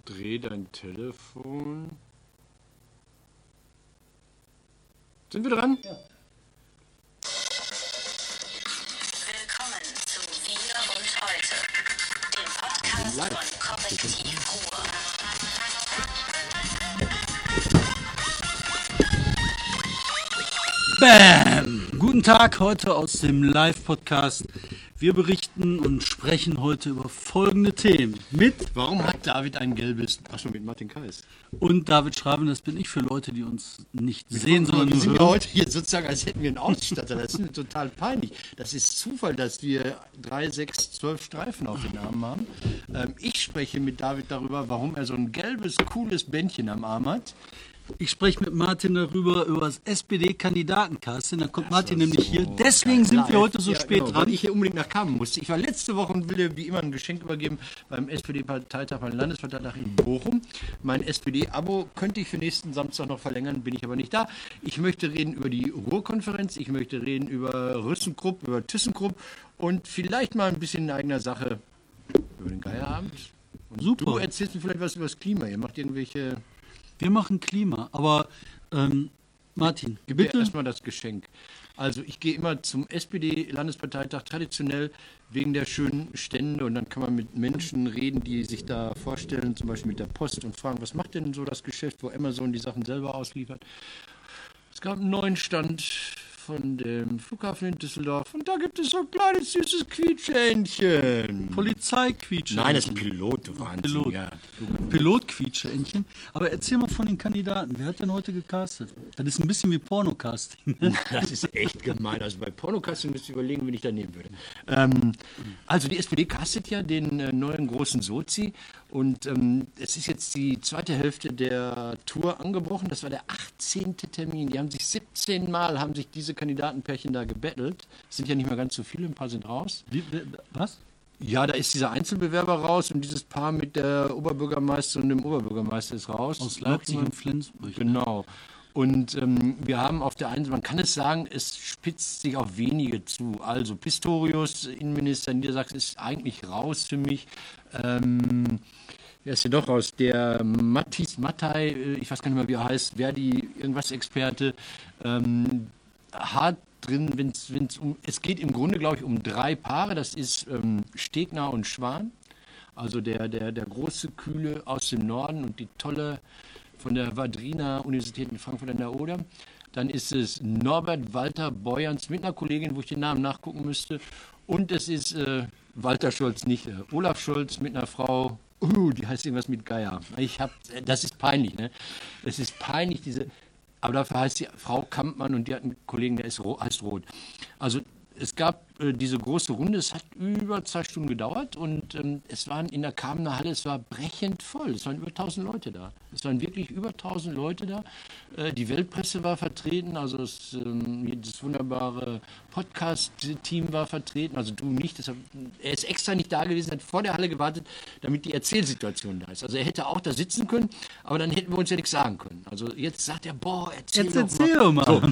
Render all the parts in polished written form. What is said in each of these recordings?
Dreh dein Telefon. Sind wir dran? Ja. Willkommen zu Wir und Heute, dem Podcast von Korrektiv Ruhr. Bam! Guten Tag, heute aus dem Live-Podcast. Wir berichten und sprechen heute über folgende Themen mit Warum hat David ein gelbes... Achso, mit Martin Kais. und David Schraven. Das bin ich für Leute, die uns nicht sehen, sondern wir nur sind ja hören. heute hier sozusagen, als hätten wir einen Ausstatter. Das ist mir total peinlich. Das ist Zufall, dass wir 3, 6, 12 Streifen auf den Armen haben. Ich spreche mit David darüber, warum er so ein gelbes, cooles Bändchen am Arm hat. Ich spreche mit Martin darüber, über das SPD-Kandidatencasting. Da kommt Martin war nämlich so hier. Deswegen sind wir heute so Ja, spät genau, dran. weil ich hier unbedingt nach Kamen musste. Ich war letzte Woche und will wie immer ein Geschenk übergeben beim SPD-Parteitag, beim Landesparteitag in Bochum. Mein SPD-Abo könnte ich für nächsten Samstag noch verlängern, bin ich aber nicht da. Ich möchte reden über die Ruhrkonferenz, ich möchte reden über Rüssengrupp, über ThyssenKrupp und vielleicht mal ein bisschen in eigener Sache über den Geierabend. Und Super. Du erzählst mir vielleicht was über das Klima. Ihr macht irgendwelche... Wir machen Klima, aber Martin, Gib mir bitte. erstmal das Geschenk. Also ich gehe immer zum SPD-Landesparteitag traditionell wegen der schönen Stände und dann kann man mit Menschen reden, die sich da vorstellen, zum Beispiel mit der Post und fragen, was macht denn so das Geschäft, wo Amazon die Sachen selber ausliefert. Es gab einen neuen Stand von dem Flughafen in Düsseldorf und da gibt es so ein kleines süßes Quietschähnchen. Polizeiquietsche. Nein, das ist ein Pilot, du Wahnsinn. Pilot. Ja. Pilotquietscheentchen. Aber erzähl mal von den Kandidaten. Wer hat denn heute gecastet? Das ist ein bisschen wie Pornocasting. Das ist echt gemein. Also bei Pornocasting müsst ihr überlegen, wen ich da nehmen würde. Also die SPD castet ja den neuen großen Sozi und es ist jetzt die zweite Hälfte der Tour angebrochen. Das war der 18. Termin. Die haben sich 17 Mal diese Kandidatenpärchen da gebettelt. Es sind ja nicht mehr ganz so viele, ein paar sind raus. Was? Ja, da ist dieser Einzelbewerber raus und dieses Paar mit der Oberbürgermeisterin und dem Oberbürgermeister ist raus. Aus Leipzig Noch und Flensburg. Genau. Und wir haben auf der einen Seite, man kann es sagen, es spitzt sich auf wenige zu. Also Pistorius, Innenminister Niedersachsen, ist eigentlich raus für mich. Wer ist hier doch raus? Der Mattei, ich weiß gar nicht mehr, wie er heißt, Verdi, irgendwas Experte, hart drin, es geht im Grunde, glaube ich, um 3 Paare. Das ist Stegner und Schwan, also der große Kühle aus dem Norden und die tolle von der Wadrina Universität in Frankfurt an der Oder. Dann ist es Norbert Walter Beuerns mit einer Kollegin, wo ich den Namen nachgucken müsste. Und es ist Walter Scholz, nicht Olaf Scholz mit einer Frau, die heißt irgendwas mit Geier. Das ist peinlich, ne? Das ist peinlich, aber dafür heißt die Frau Kampmann und die hat einen Kollegen, der heißt Roth. Also es gab diese große Runde, es hat über 2 Stunden gedauert und es waren in der Kamener Halle, es war brechend voll, es waren über 1000 Leute da. Es waren wirklich über 1000 Leute da. Die Weltpresse war vertreten, also das wunderbare Podcast-Team war vertreten, also du nicht, deshalb, er ist extra nicht da gewesen, hat vor der Halle gewartet, damit die Erzählsituation da ist. Also er hätte auch da sitzen können, aber dann hätten wir uns ja nichts sagen können. Also jetzt sagt er, erzähl Erzähl mal. So,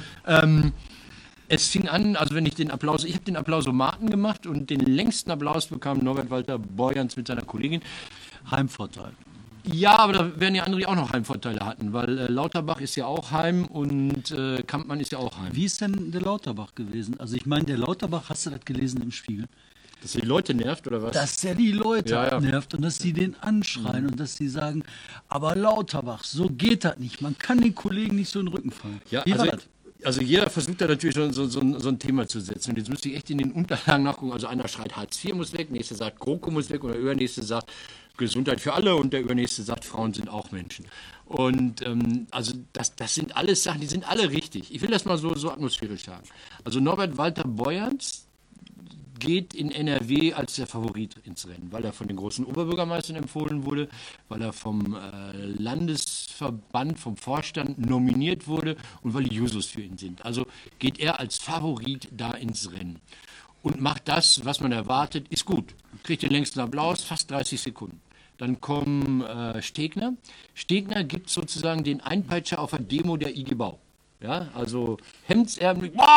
es fing an, also ich habe den Applausomaten gemacht und den längsten Applaus bekam Norbert Walter Beuerns mit seiner Kollegin. Heimvorteil. Ja, aber da werden ja andere, die auch noch Heimvorteile hatten, weil Lauterbach ist ja auch heim und Kampmann ist ja auch heim. Wie ist denn der Lauterbach gewesen? Also ich meine, der Lauterbach, hast du das gelesen im Spiegel? Dass er die Leute nervt oder was? Dass der die Leute Ja. nervt und dass die den anschreien und dass die sagen, aber Lauterbach, so geht das nicht. Man kann den Kollegen nicht so in den Rücken fallen. Ja, Wie war das? also jeder versucht da natürlich so ein Thema zu setzen. Und jetzt müsste ich echt in den Unterlagen nachgucken. Also einer schreit, Hartz IV muss weg, nächster sagt, GroKo muss weg und der übernächste sagt, Gesundheit für alle und der übernächste sagt, Frauen sind auch Menschen. Und also das sind alles Sachen, die sind alle richtig. Ich will das mal so atmosphärisch sagen. Also Norbert Walter Beuerns geht in NRW als der Favorit ins Rennen, weil er von den großen Oberbürgermeistern empfohlen wurde, weil er vom Landesverband, vom Vorstand nominiert wurde und weil die Jusos für ihn sind. Also geht er als Favorit da ins Rennen und macht das, was man erwartet, ist gut. Kriegt den längsten Applaus, fast 30 Sekunden. Dann kommt Stegner. Stegner gibt sozusagen den Einpeitscher auf der Demo der IG Bau. Ja, also hemdsärmlich, und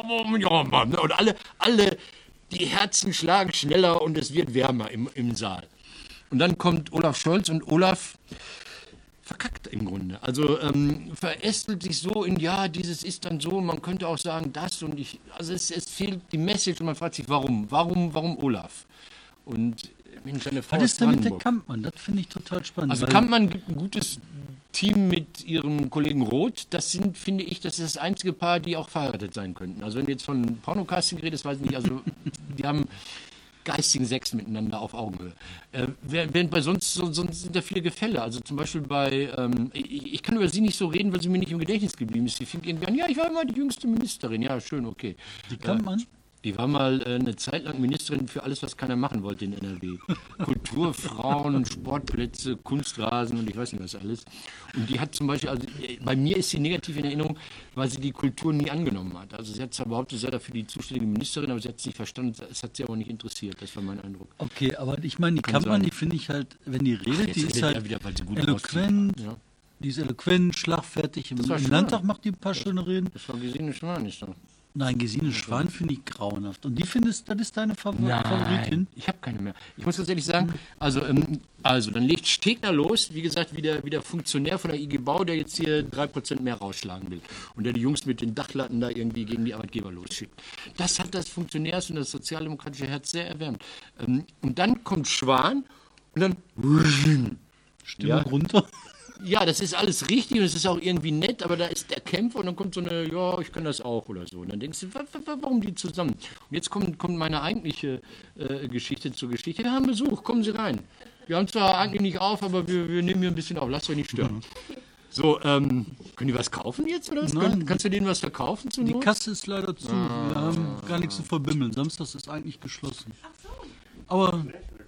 alle, die Herzen schlagen schneller und es wird wärmer im Saal. Und dann kommt Olaf Scholz und Olaf verkackt im Grunde. Also verästelt sich so in, ja, dieses ist dann so, man könnte auch sagen, das und ich, also es fehlt die Message und man fragt sich, warum Olaf? Und Mensch, seine Frau Was ist denn mit der Brandenburg. Kampmann? Das finde ich total spannend. Also weil- Kampmann gibt ein gutes Team mit ihrem Kollegen Roth. Das sind, finde ich, das ist das einzige Paar, die auch verheiratet sein könnten. Also wenn du jetzt von Pornocasting redest, weiß ich nicht, also die haben geistigen Sex miteinander auf Augenhöhe. Während bei sonst sind da viele Gefälle. Also zum Beispiel bei, ich kann über sie nicht so reden, weil sie mir nicht im Gedächtnis geblieben ist. Sie fing irgendwie an, ja, ich war immer die jüngste Ministerin. Ja, schön, okay. Die Kampmann? Die war mal eine Zeit lang Ministerin für alles, was keiner machen wollte in NRW. Kultur, Frauen, Sportplätze, Kunstrasen und ich weiß nicht was alles. Und die hat zum Beispiel, also bei mir ist sie negativ in Erinnerung, weil sie die Kultur nie angenommen hat. Also sie hat zwar behauptet, sie sei dafür die zuständige Ministerin, aber sie hat es nicht verstanden, es hat sie aber nicht interessiert. Das war mein Eindruck. Okay, aber ich meine, die Kann Kampmann, sein. die finde ich halt, wenn die redet, Jetzt die redet ist er halt wieder, weil sie gut eloquent. aussieht. Ja. Die ist eloquent, schlagfertig. Im war schön. Landtag macht die ein paar schöne Reden. Das war Gesine Schwan, ist doch. Nein, Gesine Schwan finde ich grauenhaft. Und die findest, das ist deine Favoritin? Ich habe keine mehr. Ich muss ganz ehrlich sagen, also dann legt Stegner los, wie gesagt, wie der Funktionär von der IG Bau, der jetzt hier 3% mehr rausschlagen will und der die Jungs mit den Dachlatten da irgendwie gegen die Arbeitgeber losschickt. Das hat das Funktionärs- und das sozialdemokratische Herz sehr erwärmt. Und dann kommt Schwan und dann Stimme Ja. runter. ja, das ist alles richtig und es ist auch irgendwie nett, aber da ist der Kämpfer und dann kommt so eine, ja, ich kann das auch oder so. Und dann denkst du, warum die zusammen? Und jetzt kommt meine eigentliche Geschichte zur Geschichte. Wir haben Besuch, kommen Sie rein. Wir haben zwar eigentlich nicht auf, aber wir nehmen hier ein bisschen auf, lasst euch nicht stören. So, können die was kaufen jetzt oder was? Nein. Kannst du denen was verkaufen zur Die Not? Kasse ist leider zu. Wir haben gar nichts zu verbimmeln. Samstags ist eigentlich geschlossen. Aber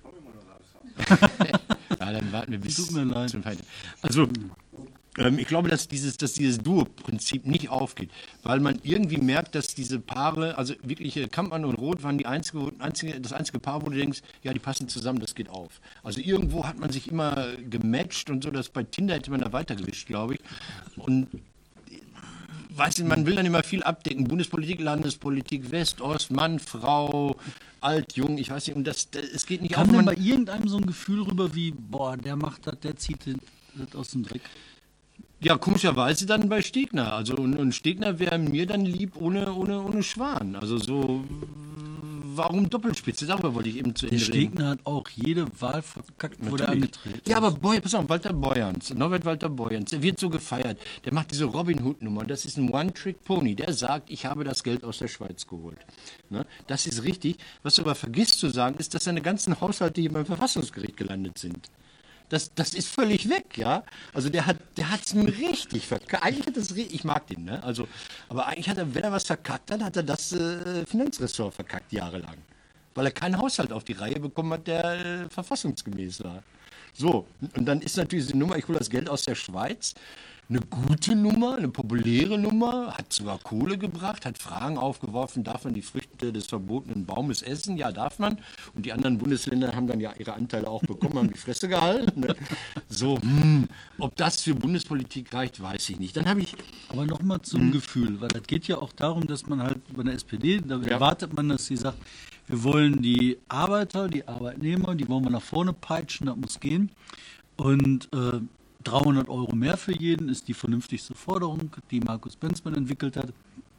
Ja, dann warten wir bis Tut mir leid. zum Freitag. Also, ich glaube, dass dieses Duo-Prinzip nicht aufgeht, weil man irgendwie merkt, dass diese Paare, also wirklich Kampmann und Roth waren das einzige Paar, wo du denkst, ja, die passen zusammen, das geht auf. Also irgendwo hat man sich immer gematcht und so, dass bei Tinder hätte man da weitergewischt, glaube ich. Und weißt du, man will dann immer viel abdecken. Bundespolitik, Landespolitik, West, Ost, Mann, Frau, alt, jung, ich weiß nicht. Und es geht nicht kam auf. denn bei irgendeinem so ein Gefühl rüber wie, boah, der macht das, der zieht das aus dem Dreck? Ja, komischerweise dann bei Stegner. Also und Stegner wäre mir dann lieb ohne Schwan. Also so, warum Doppelspitze? Darüber wollte ich eben zu Der Ende reden. Stegner hat auch jede Wahl verkackt, wo der Natürlich. angetreten Ja, aber pass auf, Norbert Walter Borjans, der wird so gefeiert. Der macht diese Robin Hood-Nummer. Das ist ein One-Trick-Pony. Der sagt, ich habe das Geld aus der Schweiz geholt. Ne? Das ist richtig. Was du aber vergisst zu sagen, ist, dass seine ganzen Haushalte hier beim Verfassungsgericht gelandet sind. Das ist völlig weg, ja. Also der hat es richtig verkackt. Eigentlich hat das, ich mag den, ne? Also, aber eigentlich hat er, wenn er was verkackt hat, hat er das Finanzressort verkackt jahrelang, weil er keinen Haushalt auf die Reihe bekommen hat, der verfassungsgemäß war. So, und dann ist natürlich die Nummer, ich hole das Geld aus der Schweiz, eine gute Nummer, eine populäre Nummer, hat sogar Kohle gebracht, hat Fragen aufgeworfen, darf man die Früchte des verbotenen Baumes essen? Ja, darf man. Und die anderen Bundesländer haben dann ja ihre Anteile auch bekommen, haben die Fresse gehalten. Ne? So, ob das für Bundespolitik reicht, weiß ich nicht. Dann habe ich, Aber nochmal zum Gefühl, weil das geht ja auch darum, dass man halt bei der SPD, da erwartet man, dass sie sagt, wir wollen die Arbeiter, die Arbeitnehmer, die wollen wir nach vorne peitschen, das muss gehen. Und 300 € mehr für jeden ist die vernünftigste Forderung, die Markus Benzmann entwickelt hat.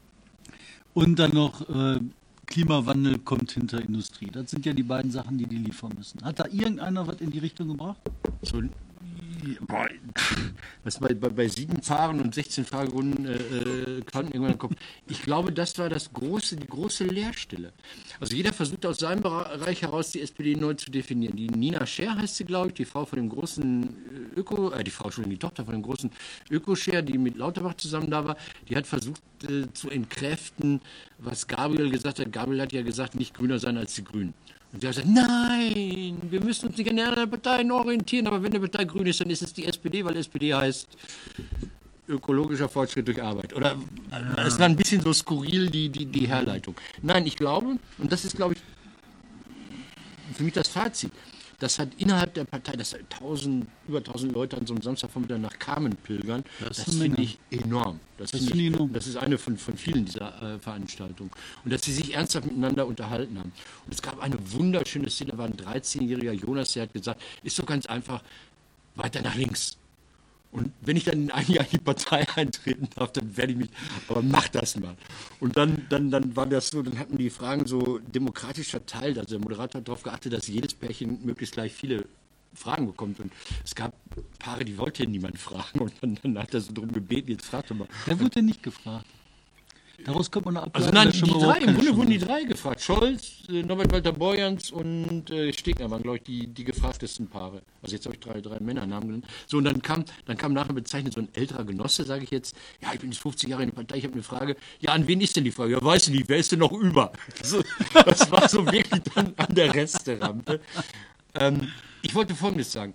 Und dann noch Klimawandel kommt hinter Industrie. Das sind ja die beiden Sachen, die liefern müssen. Hat da irgendeiner was in die Richtung gebracht? so, boah, was bei 7 Fahren und 16 Fahrrunden Quanten irgendwann kommt. Ich glaube, das war die große Leerstelle. Also jeder versucht aus seinem Bereich heraus die SPD neu zu definieren. Die Nina Scher heißt sie, glaube ich, die Frau von dem großen die Tochter von dem großen Öko-Scher, die mit Lauterbach zusammen da war, die hat versucht zu entkräften, was Gabriel gesagt hat. Gabriel hat ja gesagt, nicht grüner sein als die Grünen. Und sie hat gesagt, nein, wir müssen uns nicht an anderen Parteien orientieren, aber wenn eine Partei grün ist, dann ist es die SPD, weil SPD heißt ökologischer Fortschritt durch Arbeit. Oder es war ein bisschen so skurril, die Herleitung. Nein, ich glaube, und das ist, glaube ich, für mich das Fazit, das hat innerhalb der Partei, dass über 1000 Leute an so einem Samstagvormittag nach Kamen pilgern, das finde ich enorm. Das ist eine von vielen dieser Veranstaltungen. Und dass sie sich ernsthaft miteinander unterhalten haben. Und es gab eine wunderschöne Szene, da war ein 13-jähriger Jonas, der hat gesagt, ist so ganz einfach, weiter nach links. Und wenn ich dann in ein Jahr in die Partei eintreten darf, dann werde ich mich, aber mach das mal. Und dann war das so, dann hatten die Fragen so demokratisch verteilt. Also der Moderator hat darauf geachtet, dass jedes Pärchen möglichst gleich viele Fragen bekommt. Und es gab Paare, die wollte niemand fragen. Und dann hat er so darum gebeten, jetzt fragt er mal. Der wurde nicht gefragt. Daraus kommt man eine Also nein, im Grunde wurden die drei gefragt. Scholz, Norbert Walter-Borjans und Stegner waren, glaube ich, die gefragtesten Paare. Also jetzt habe ich drei Männernamen genannt. So, und dann kam nachher bezeichnet so ein älterer Genosse, sage ich jetzt, ja, ich bin jetzt 50 Jahre in der Partei, ich habe eine Frage, ja, an wen ist denn die Frage? Ja, weiß ich nicht, wer ist denn noch über? Also, das war so wirklich dann an der Resterampe. Ich wollte Folgendes sagen.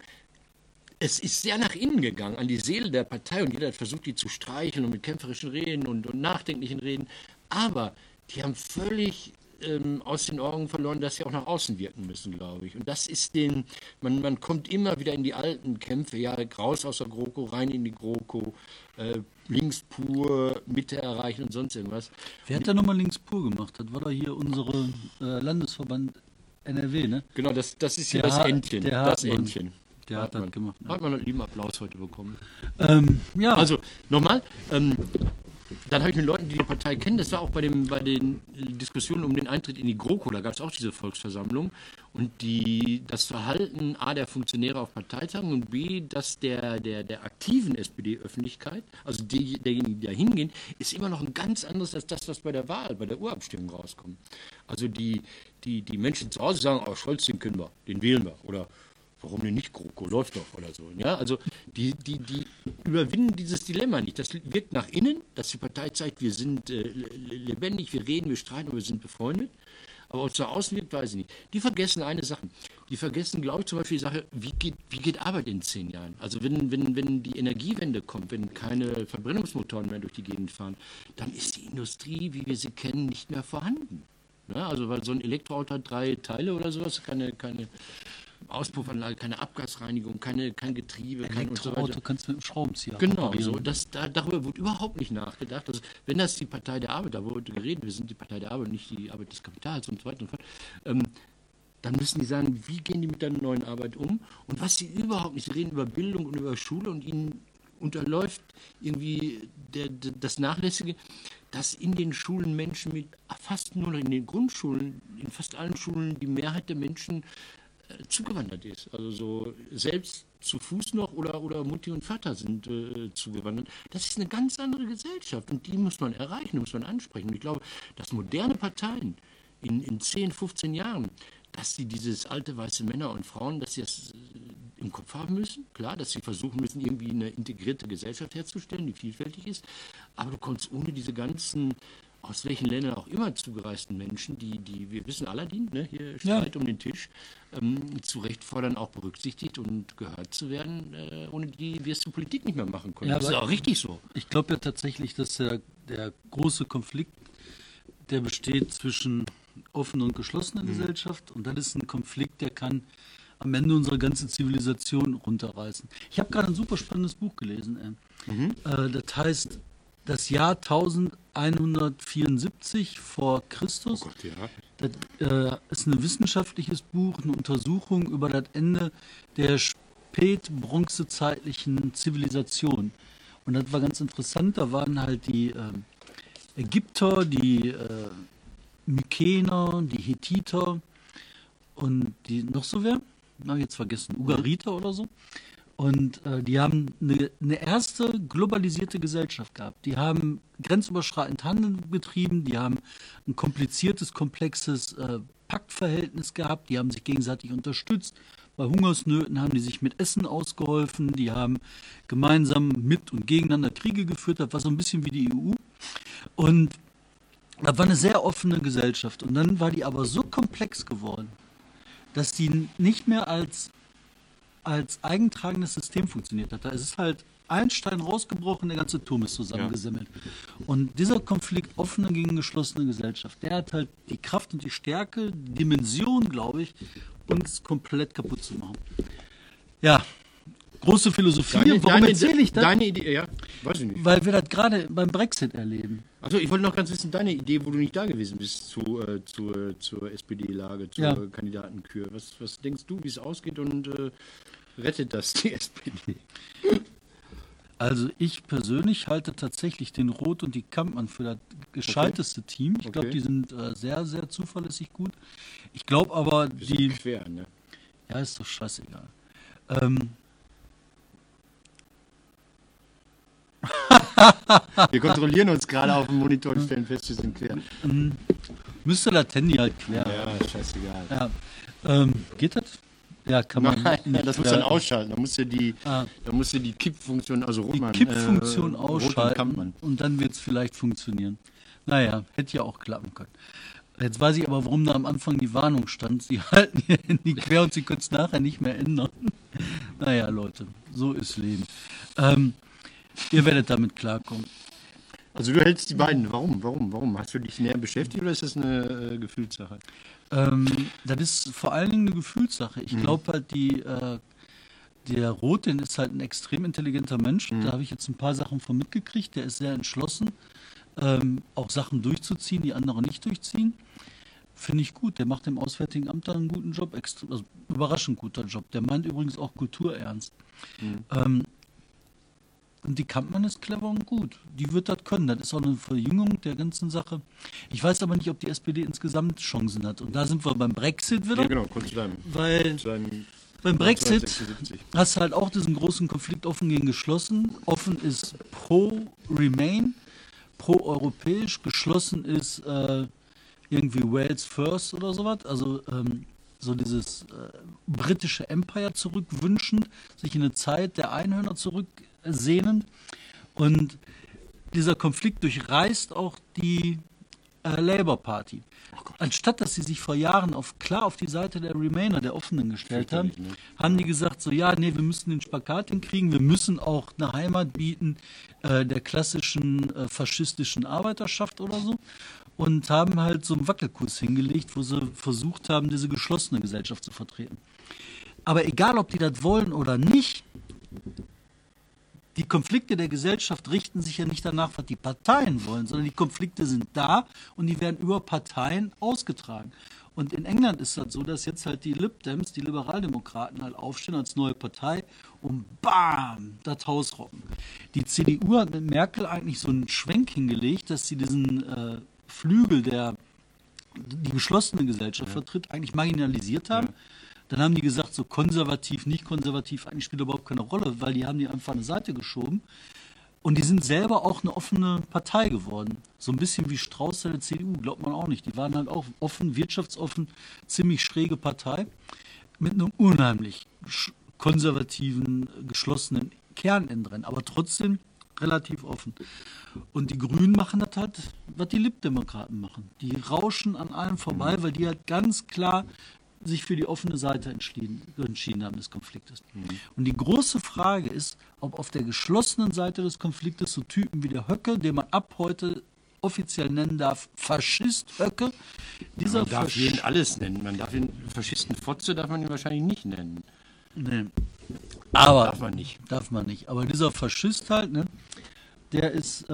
Es ist sehr nach innen gegangen, an die Seele der Partei, und jeder hat versucht, die zu streicheln und mit kämpferischen Reden und nachdenklichen Reden. Aber die haben völlig aus den Augen verloren, dass sie auch nach außen wirken müssen, glaube ich. Und das ist man kommt immer wieder in die alten Kämpfe, ja, raus aus der GroKo, rein in die GroKo, links pur, Mitte erreichen und sonst irgendwas. Wer hat da nochmal links pur gemacht? Das war doch hier unsere Landesverband NRW, ne? Genau, das ist hier das Entchen. Das Entchen. Der hat das gemacht. Hat man einen lieben Applaus heute bekommen. Ja. Also, nochmal, dann habe ich mit Leuten, die die Partei kennen, das war auch bei den Diskussionen um den Eintritt in die GroKo, da gab es auch diese Volksversammlung, und das Verhalten A der Funktionäre auf Parteitagen und B, dass der aktiven SPD-Öffentlichkeit, also derjenigen, die da hingehen, ist immer noch ein ganz anderes als das, was bei der Wahl, bei der Urabstimmung rauskommt. Also die Menschen zu Hause sagen, Scholz, den können wir, den wählen wir, oder warum denn nicht GroKo, läuft doch oder so. Ja, also die überwinden dieses Dilemma nicht. Das wirkt nach innen, dass die Partei zeigt, wir sind lebendig, wir reden, wir streiten, wir sind befreundet. Aber auch zu außen wirkt, weiß ich nicht. Die vergessen eine Sache. Die vergessen, glaube ich, zum Beispiel die Sache, wie geht Arbeit in 10 Jahren? Also wenn die Energiewende kommt, wenn keine Verbrennungsmotoren mehr durch die Gegend fahren, dann ist die Industrie, wie wir sie kennen, nicht mehr vorhanden. Ja, also weil so ein Elektroauto hat 3 Teile oder sowas, keine Auspuffanlage, keine Abgasreinigung, kein Getriebe, kein und so weiter. Elektroauto kannst du mit dem Schraubenzieher Genau, so, darüber wird überhaupt nicht nachgedacht. Also, wenn das die Partei der Arbeit, da wurde geredet, wir sind die Partei der Arbeit, nicht die Arbeit des Kapitals und so weiter und so fort, dann müssen die sagen, wie gehen die mit der neuen Arbeit um? Und was sie überhaupt nicht, sie reden über Bildung und über Schule, und ihnen unterläuft irgendwie das Nachlässige, dass in den Schulen Menschen fast nur noch in den Grundschulen, in fast allen Schulen, die Mehrheit der Menschen zugewandert ist. Also so selbst zu Fuß noch oder Mutti und Vater sind zugewandert. Das ist eine ganz andere Gesellschaft, und die muss man erreichen, die muss man ansprechen. Und ich glaube, dass moderne Parteien in 10, 15 Jahren, dass sie dieses alte weiße Männer und Frauen, dass sie das im Kopf haben müssen. Klar, dass sie versuchen müssen, irgendwie eine integrierte Gesellschaft herzustellen, die vielfältig ist. Aber du kommst ohne diese ganzen, aus welchen Ländern auch immer zugereisten Menschen, die wir wissen, Aladdin, ne, hier Streit um den Tisch, zu Recht fordern, auch berücksichtigt und gehört zu werden, ohne die wirst du Politik nicht mehr machen können. Ja, das ist auch richtig so. Ich glaube ja tatsächlich, dass der große Konflikt, der besteht zwischen offener und geschlossener Gesellschaft, und das ist ein Konflikt, der kann am Ende unsere ganze Zivilisation runterreißen. Ich habe gerade ein super spannendes Buch gelesen. Das heißt Das Jahr 1174 vor Christus. Oh Gott, ja. Das ist ein wissenschaftliches Buch, eine Untersuchung über das Ende der spätbronzezeitlichen Zivilisation. Und das war ganz interessant. Da waren halt die Ägypter, die Mykener, die Hethiter und die noch so wer? Na, jetzt vergessen, Ugariter oder so. Und die haben eine erste globalisierte Gesellschaft gehabt. Die haben grenzüberschreitend Handel betrieben, die haben ein kompliziertes, komplexes Paktverhältnis gehabt, die haben sich gegenseitig unterstützt. Bei Hungersnöten haben die sich mit Essen ausgeholfen, die haben gemeinsam mit und gegeneinander Kriege geführt, das war so ein bisschen wie die EU. Und das war eine sehr offene Gesellschaft. Und dann war die aber so komplex geworden, dass die nicht mehr als eigentragendes System funktioniert hat. Da ist es halt ein Stein rausgebrochen, der ganze Turm ist zusammengesammelt. Ja. Und dieser Konflikt offene gegen geschlossene Gesellschaft, der hat halt die Kraft und die Stärke, die Dimension, glaube ich, uns komplett kaputt zu machen. Ja, große Philosophie. Warum erzähle ich das? Deine Idee, ja, weiß ich nicht. Weil wir das gerade beim Brexit erleben. Also ich wollte noch ganz wissen, deine Idee, wo du nicht da gewesen bist zur SPD-Lage, zur Kandidatenkür. Was denkst du, wie es ausgeht und rettet das die SPD? Also ich persönlich halte tatsächlich den Roth und die Kampmann für das gescheiteste Team. Ich glaube, die sind sehr, sehr zuverlässig gut. Ich glaube aber, die... Schwer, ne? Ja, ist doch scheißegal. Wir kontrollieren uns gerade auf dem Monitor und stellen fest, wir sind quer. Müsste das Handy halt klären. Ja, scheißegal. Ja. Geht das? Ja, kann man. Nein, das muss dann ausschalten. Da musst du die Kippfunktion, also Roman, Kippfunktion Roth und ausschalten Kampmann. und dann wird es vielleicht funktionieren. Naja, hätte ja auch klappen können. Jetzt weiß ich aber, warum da am Anfang die Warnung stand. Sie halten hier Handy quer und Sie können es nachher nicht mehr ändern. Naja, Leute, so ist Leben. Ihr werdet damit klarkommen. Also du hältst die beiden. Warum? Hast du dich näher beschäftigt oder ist das eine Gefühlssache? Das ist vor allen Dingen eine Gefühlssache. Ich glaube halt, der Roth, der ist halt ein extrem intelligenter Mensch. Da habe ich jetzt ein paar Sachen von mitgekriegt. Der ist sehr entschlossen, auch Sachen durchzuziehen, die andere nicht durchziehen. Finde ich gut. Der macht im Auswärtigen Amt da einen guten Job, also überraschend guter Job. Der meint übrigens auch Kultur ernst. Und die Kampmann ist clever und gut. Die wird das können. Das ist auch eine Verjüngung der ganzen Sache. Ich weiß aber nicht, ob die SPD insgesamt Chancen hat. Und da sind wir beim Brexit wieder. Ja, genau, kurz zu deinem. Weil beim Brexit 1976. hast du halt auch diesen großen Konflikt offen gegen geschlossen. Offen ist pro-Remain, pro-europäisch. Geschlossen ist irgendwie Wales First oder sowas. Also so dieses britische Empire zurückwünschend, sich in eine Zeit der Einhörner zurücksehnend. Und dieser Konflikt durchreißt auch die Labour Party. Anstatt dass sie sich vor Jahren klar auf die Seite der Remainer, der Offenen gestellt haben, haben die gesagt, so ja, nee, wir müssen den Spagat hinkriegen, wir müssen auch eine Heimat bieten der klassischen faschistischen Arbeiterschaft oder so. Und haben halt so einen Wackelkurs hingelegt, wo sie versucht haben, diese geschlossene Gesellschaft zu vertreten. Aber egal, ob die das wollen oder nicht, die Konflikte der Gesellschaft richten sich ja nicht danach, was die Parteien wollen, sondern die Konflikte sind da und die werden über Parteien ausgetragen. Und in England ist das so, dass jetzt halt die Lib Dems, die Liberaldemokraten, halt aufstehen als neue Partei und BAM, das Haus rocken. Die CDU hat mit Merkel eigentlich so einen Schwenk hingelegt, dass sie diesen Flügel, der die geschlossene Gesellschaft vertritt, eigentlich marginalisiert haben. Ja. Dann haben die gesagt, so konservativ, nicht konservativ, eigentlich spielt überhaupt keine Rolle, weil die haben die einfach an eine Seite geschoben. Und die sind selber auch eine offene Partei geworden. So ein bisschen wie Strauß der CDU, glaubt man auch nicht. Die waren halt auch offen, wirtschaftsoffen, ziemlich schräge Partei mit einem unheimlich konservativen, geschlossenen Kern innen drin, aber trotzdem relativ offen. Und die Grünen machen das halt, was die Lib-Demokraten machen. Die rauschen an allem vorbei, weil die halt ganz klar sich für die offene Seite entschieden haben des Konfliktes. Und die große Frage ist, ob auf der geschlossenen Seite des Konfliktes so Typen wie der Höcke, den man ab heute offiziell nennen darf, Faschist Höcke, dieser man darf ihn alles nennen. Man darf ihn Faschisten Fotze darf man ihn wahrscheinlich nicht nennen. Nee. Aber darf man nicht. Darf man nicht. Aber dieser Faschist halt, ne, der ist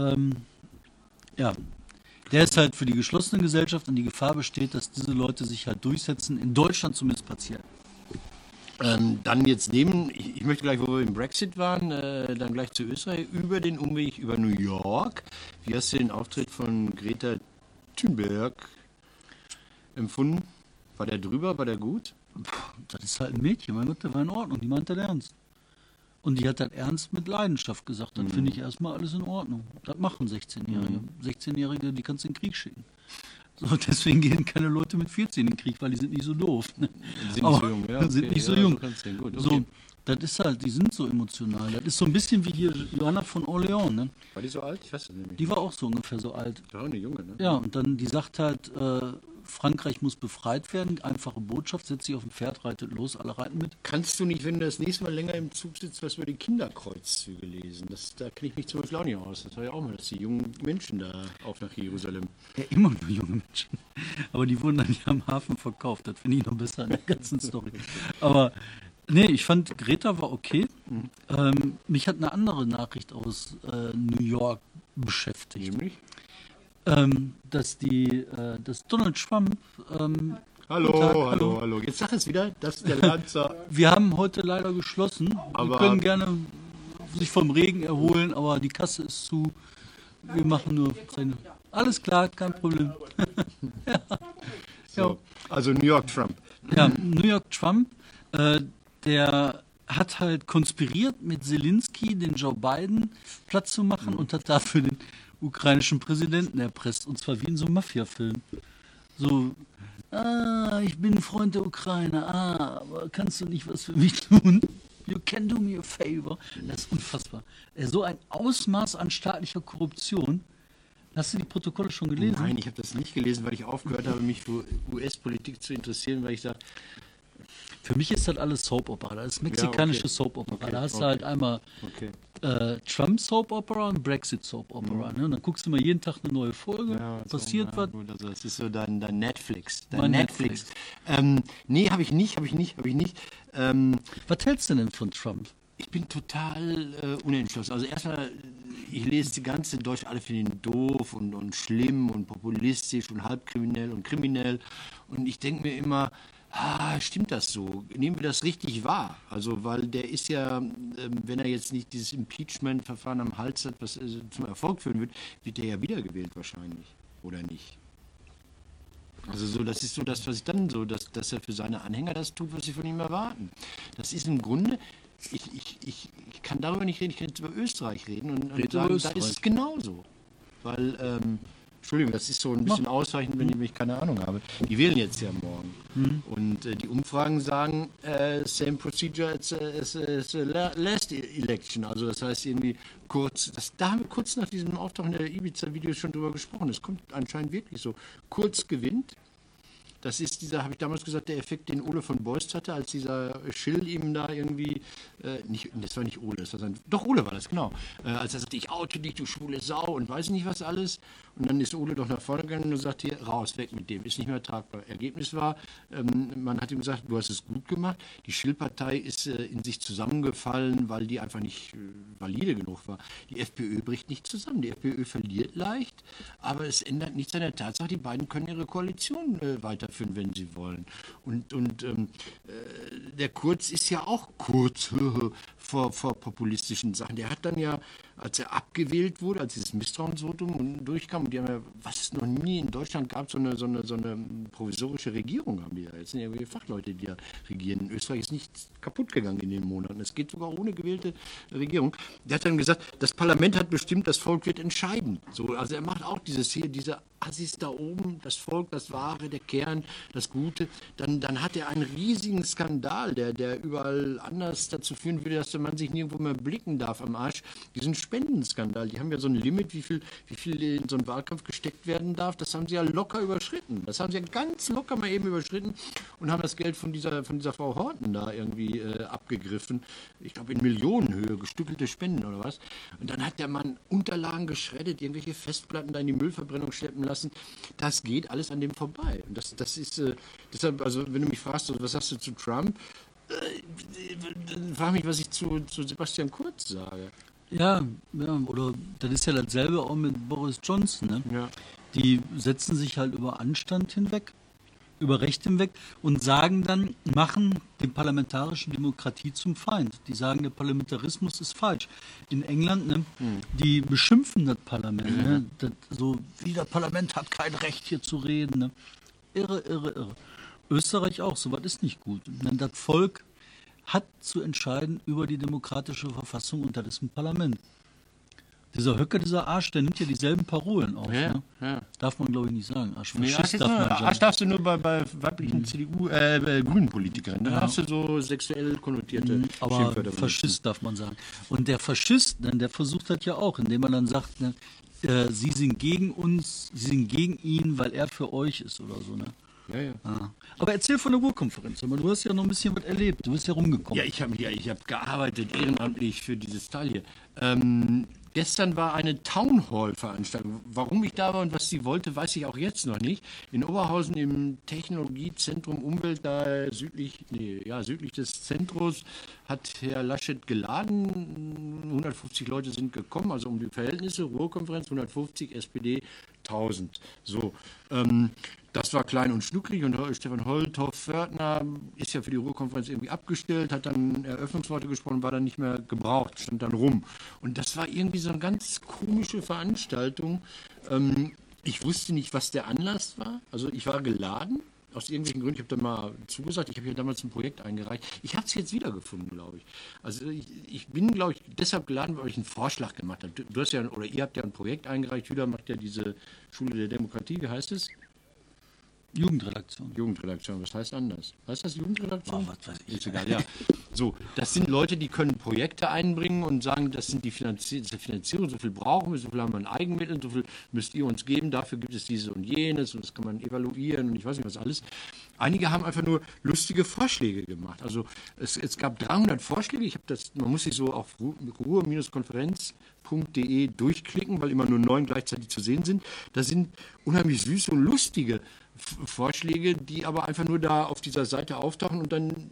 der ist halt für die geschlossene Gesellschaft und die Gefahr besteht, dass diese Leute sich halt durchsetzen, in Deutschland zumindest partiell. Dann jetzt ich möchte gleich, wo wir im Brexit waren, dann gleich zu Österreich, über den Umweg über New York. Wie hast du den Auftritt von Greta Thunberg empfunden? War der drüber? War der gut? Das ist halt ein Mädchen, mein Gott, der war in Ordnung, die meint das ernst. Und die hat das ernst mit Leidenschaft gesagt. Das finde ich erstmal alles in Ordnung. Das machen 16-Jährige. 16-Jährige, die kannst du in den Krieg schicken. So, deswegen gehen keine Leute mit 14 in den Krieg, weil die sind nicht so doof. Ne? Die sind nicht so jung, ja. Okay. Sind nicht so jung. Gut, okay. So, das ist halt, die sind so emotional. Das ist so ein bisschen wie hier Johanna von Orleans. Ne? War die so alt? Ich weiß es nicht. Die war auch so ungefähr so alt. Die war auch eine Junge, ne? Ja, und dann, die sagt halt, Frankreich muss befreit werden, einfache Botschaft, setzt sich auf ein Pferd, reitet los, alle reiten mit. Kannst du nicht, wenn du das nächste Mal länger im Zug sitzt, was über die Kinderkreuzzüge lesen? Da kenne ich mich zum Beispiel auch nicht aus. Das war ja auch mal, dass die jungen Menschen da auf nach Jerusalem. Ja, immer nur junge Menschen. Aber die wurden dann ja am Hafen verkauft. Das finde ich noch besser an der ganzen Story. Aber nee, ich fand, Greta war okay. Mich hat eine andere Nachricht aus New York beschäftigt. Nämlich? Dass Donald Trump. Hallo. Jetzt sag es wieder, dass der Lanzer. Wir haben heute leider geschlossen. Aber wir können gerne sich vom Regen erholen, aber die Kasse ist zu. Wir machen nur Zähne. Alles klar, kein Problem. So, also New York Trump. Ja, New York Trump, der hat halt konspiriert mit Zelensky, den Joe Biden Platz zu machen und hat dafür den ukrainischen Präsidenten erpresst. Und zwar wie in so einem Mafia-Film. So, ich bin ein Freund der Ukraine, aber kannst du nicht was für mich tun? You can do me a favor. Das ist unfassbar. So ein Ausmaß an staatlicher Korruption. Hast du die Protokolle schon gelesen? Nein, ich habe das nicht gelesen, weil ich aufgehört habe, mich für US-Politik zu interessieren, weil ich sage, für mich ist das alles Soap Opera. Das ist mexikanische Soap Opera. Da hast du halt einmal Trump Soap Opera und Brexit Soap Opera. Ne? Und dann guckst du mal jeden Tag eine neue Folge. Passiert was. Gut, also das ist so dein Netflix. Mein Netflix. Nee, habe ich nicht. Was hältst du denn von Trump? Ich bin total unentschlossen. Also erstmal, ich lese die ganze Deutsche, alle finden ihn doof und schlimm und populistisch und halbkriminell und kriminell. Und ich denke mir immer, stimmt das so? Nehmen wir das richtig wahr? Also, weil der ist ja, wenn er jetzt nicht dieses Impeachment-Verfahren am Hals hat, was zum Erfolg führen wird der ja wiedergewählt wahrscheinlich. Oder nicht? Also so, das ist so das, was ich dann so, dass er für seine Anhänger das tut, was sie von ihm erwarten. Das ist im Grunde... Ich kann darüber nicht reden, ich kann jetzt über Österreich reden und sagen, da ist es genauso. Weil, Entschuldigung, das ist so ein bisschen ausreichend, wenn ich keine Ahnung habe. Die wählen jetzt ja morgen. Und die Umfragen sagen, same procedure as last election. Also das heißt irgendwie da haben wir kurz nach diesem Auftauchen der Ibiza-Videos schon drüber gesprochen. Es kommt anscheinend wirklich so. Kurz gewinnt. Das ist dieser, habe ich damals gesagt, der Effekt, den Ole von Beust hatte, als dieser Schill ihm da irgendwie, das war nicht Ole, das war doch Ole war das, genau. Als er sagte, ich oute dich, du schwule Sau und weiß nicht was alles. Und dann ist Ole doch nach vorne gegangen und sagt, hier, raus, weg mit dem, ist nicht mehr tragbar. Ergebnis war, man hat ihm gesagt, du hast es gut gemacht. Die Schill-Partei ist in sich zusammengefallen, weil die einfach nicht valide genug war. Die FPÖ bricht nicht zusammen. Die FPÖ verliert leicht, aber es ändert nichts an der Tatsache, die beiden können ihre Koalition weiterführen, wenn sie wollen. Und der Kurz ist ja auch kurz vor populistischen Sachen. Der hat dann ja, als er abgewählt wurde, als dieses Misstrauensvotum durchkam, und die haben ja, was es noch nie in Deutschland gab, so eine provisorische Regierung haben die ja. Jetzt sind ja irgendwie Fachleute, die ja regieren. In Österreich ist nichts kaputt gegangen in den Monaten. Es geht sogar ohne gewählte Regierung. Der hat dann gesagt, das Parlament hat bestimmt, das Volk wird entscheiden. So, also er macht auch diese Assis da oben, das Volk, das Wahre, der Kern, das Gute. Dann hat er einen riesigen Skandal, der überall anders dazu führen würde, dass man sich nirgendwo mehr blicken darf am Arsch. Diesen Spendenskandal, die haben ja so ein Limit, wie viel in so einen Wahlkampf gesteckt werden darf. Das haben sie ja locker überschritten. Das haben sie ja ganz locker mal eben überschritten und haben das Geld von dieser Frau Horten da irgendwie abgegriffen. Ich glaube in Millionenhöhe, gestückelte Spenden oder was. Und dann hat der Mann Unterlagen geschreddet, irgendwelche Festplatten da in die Müllverbrennung schleppen lassen. Das geht alles an dem vorbei. Und das ist, deshalb, also wenn du mich fragst, was sagst du zu Trump, frag mich, was ich zu Sebastian Kurz sage. Ja, oder das ist ja dasselbe auch mit Boris Johnson. Ne? Ja. Die setzen sich halt über Anstand hinweg, über Recht hinweg und sagen dann, machen die parlamentarische Demokratie zum Feind. Die sagen, der Parlamentarismus ist falsch. In England, ne, die beschimpfen das Parlament. Ne? So, wie das Parlament hat kein Recht hier zu reden. Ne? Irre. Österreich auch, sowas ist nicht gut. Denn das Volk hat zu entscheiden über die demokratische Verfassung und das ist ein Parlament. Dieser Höcke, dieser Arsch, der nimmt ja dieselben Parolen auf. Ja, ne? ja. Darf man, glaube ich, nicht sagen. Arsch darfst du nur bei weiblichen Grünen-Politikern. Dann hast du so sexuell konnotierte aber Faschist darf man sagen. Und der Faschist, der versucht das ja auch, indem er dann sagt, ne, Sie sind gegen uns, Sie sind gegen ihn, weil er für euch ist oder so, ne? Ja. Aber erzähl von der Ruhrkonferenz, aber du hast ja noch ein bisschen was erlebt, du bist ja rumgekommen. Ja, ich hab gearbeitet, ehrenamtlich für dieses Teil hier. Gestern war eine Townhall-Veranstaltung. Warum ich da war und was sie wollte, weiß ich auch jetzt noch nicht. In Oberhausen im Technologiezentrum Umwelt, da südlich des Zentrums, hat Herr Laschet geladen. 150 Leute sind gekommen, also um die Verhältnisse. Ruhrkonferenz 150, SPD 1000. So, das war klein und schnucklig und Stefan Holthoff-Fördner ist ja für die Ruhrkonferenz irgendwie abgestellt, hat dann Eröffnungsworte gesprochen, war dann nicht mehr gebraucht, stand dann rum. Und das war irgendwie so eine ganz komische Veranstaltung. Ich wusste nicht, was der Anlass war. Also ich war geladen, aus irgendwelchen Gründen. Ich habe dann mal zugesagt, ich habe hier damals ein Projekt eingereicht. Ich habe es jetzt wiedergefunden, glaube ich. Also ich bin, glaube ich, deshalb geladen, weil ich einen Vorschlag gemacht habe. Du hast ja, oder ihr habt ja ein Projekt eingereicht. Jüder macht ja diese Schule der Demokratie, wie heißt es? Jugendredaktion, was heißt anders? Heißt das Jugendredaktion? Was weiß ich. Ist egal, ja. So, das sind Leute, die können Projekte einbringen und sagen, das sind die Finanzierung, so viel brauchen wir, so viel haben wir an Eigenmitteln, so viel müsst ihr uns geben, dafür gibt es dieses und jenes und das kann man evaluieren und ich weiß nicht was alles. Einige haben einfach nur lustige Vorschläge gemacht. Also es gab 300 Vorschläge, man muss sich so auf ruhr-konferenz.de durchklicken, weil immer nur 9 gleichzeitig zu sehen sind. Da sind unheimlich süße und lustige Vorschläge, die aber einfach nur da auf dieser Seite auftauchen und dann,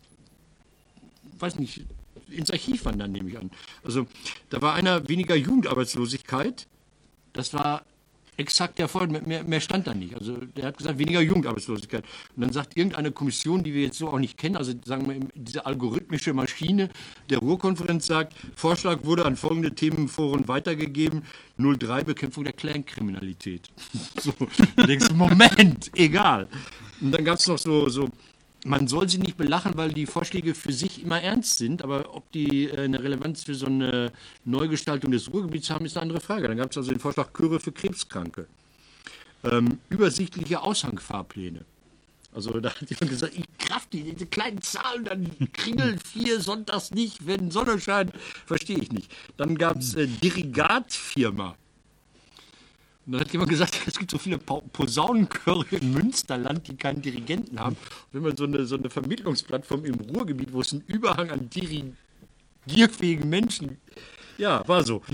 weiß nicht, ins Archiv wandern, nehme ich an. Also da war einer weniger Jugendarbeitslosigkeit, das war exakt der Fall, mehr stand da nicht. Also der hat gesagt, weniger Jugendarbeitslosigkeit. Und dann sagt irgendeine Kommission, die wir jetzt so auch nicht kennen, also sagen wir, diese algorithmische Maschine der Ruhrkonferenz sagt, Vorschlag wurde an folgende Themenforen weitergegeben, 03 Bekämpfung der Clankriminalität. So, du denkst, Moment, egal. Und dann gab es noch so, man soll sie nicht belachen, weil die Vorschläge für sich immer ernst sind, aber ob die eine Relevanz für so eine Neugestaltung des Ruhrgebiets haben, ist eine andere Frage. Dann gab es also den Vorschlag Chöre für Krebskranke. Übersichtliche Aushangfahrpläne. Also da hat jemand gesagt, ich kraft diese kleinen Zahlen, dann kringelt 4 sonntags nicht, wenn Sonne scheint. Verstehe ich nicht. Dann gab es Dirigatfirma. Und dann hat jemand gesagt, es gibt so viele Posaunenchöre im Münsterland, die keinen Dirigenten haben. Und wenn man so eine Vermittlungsplattform im Ruhrgebiet, wo es einen Überhang an dirigierfähigen Menschen, ja, war so.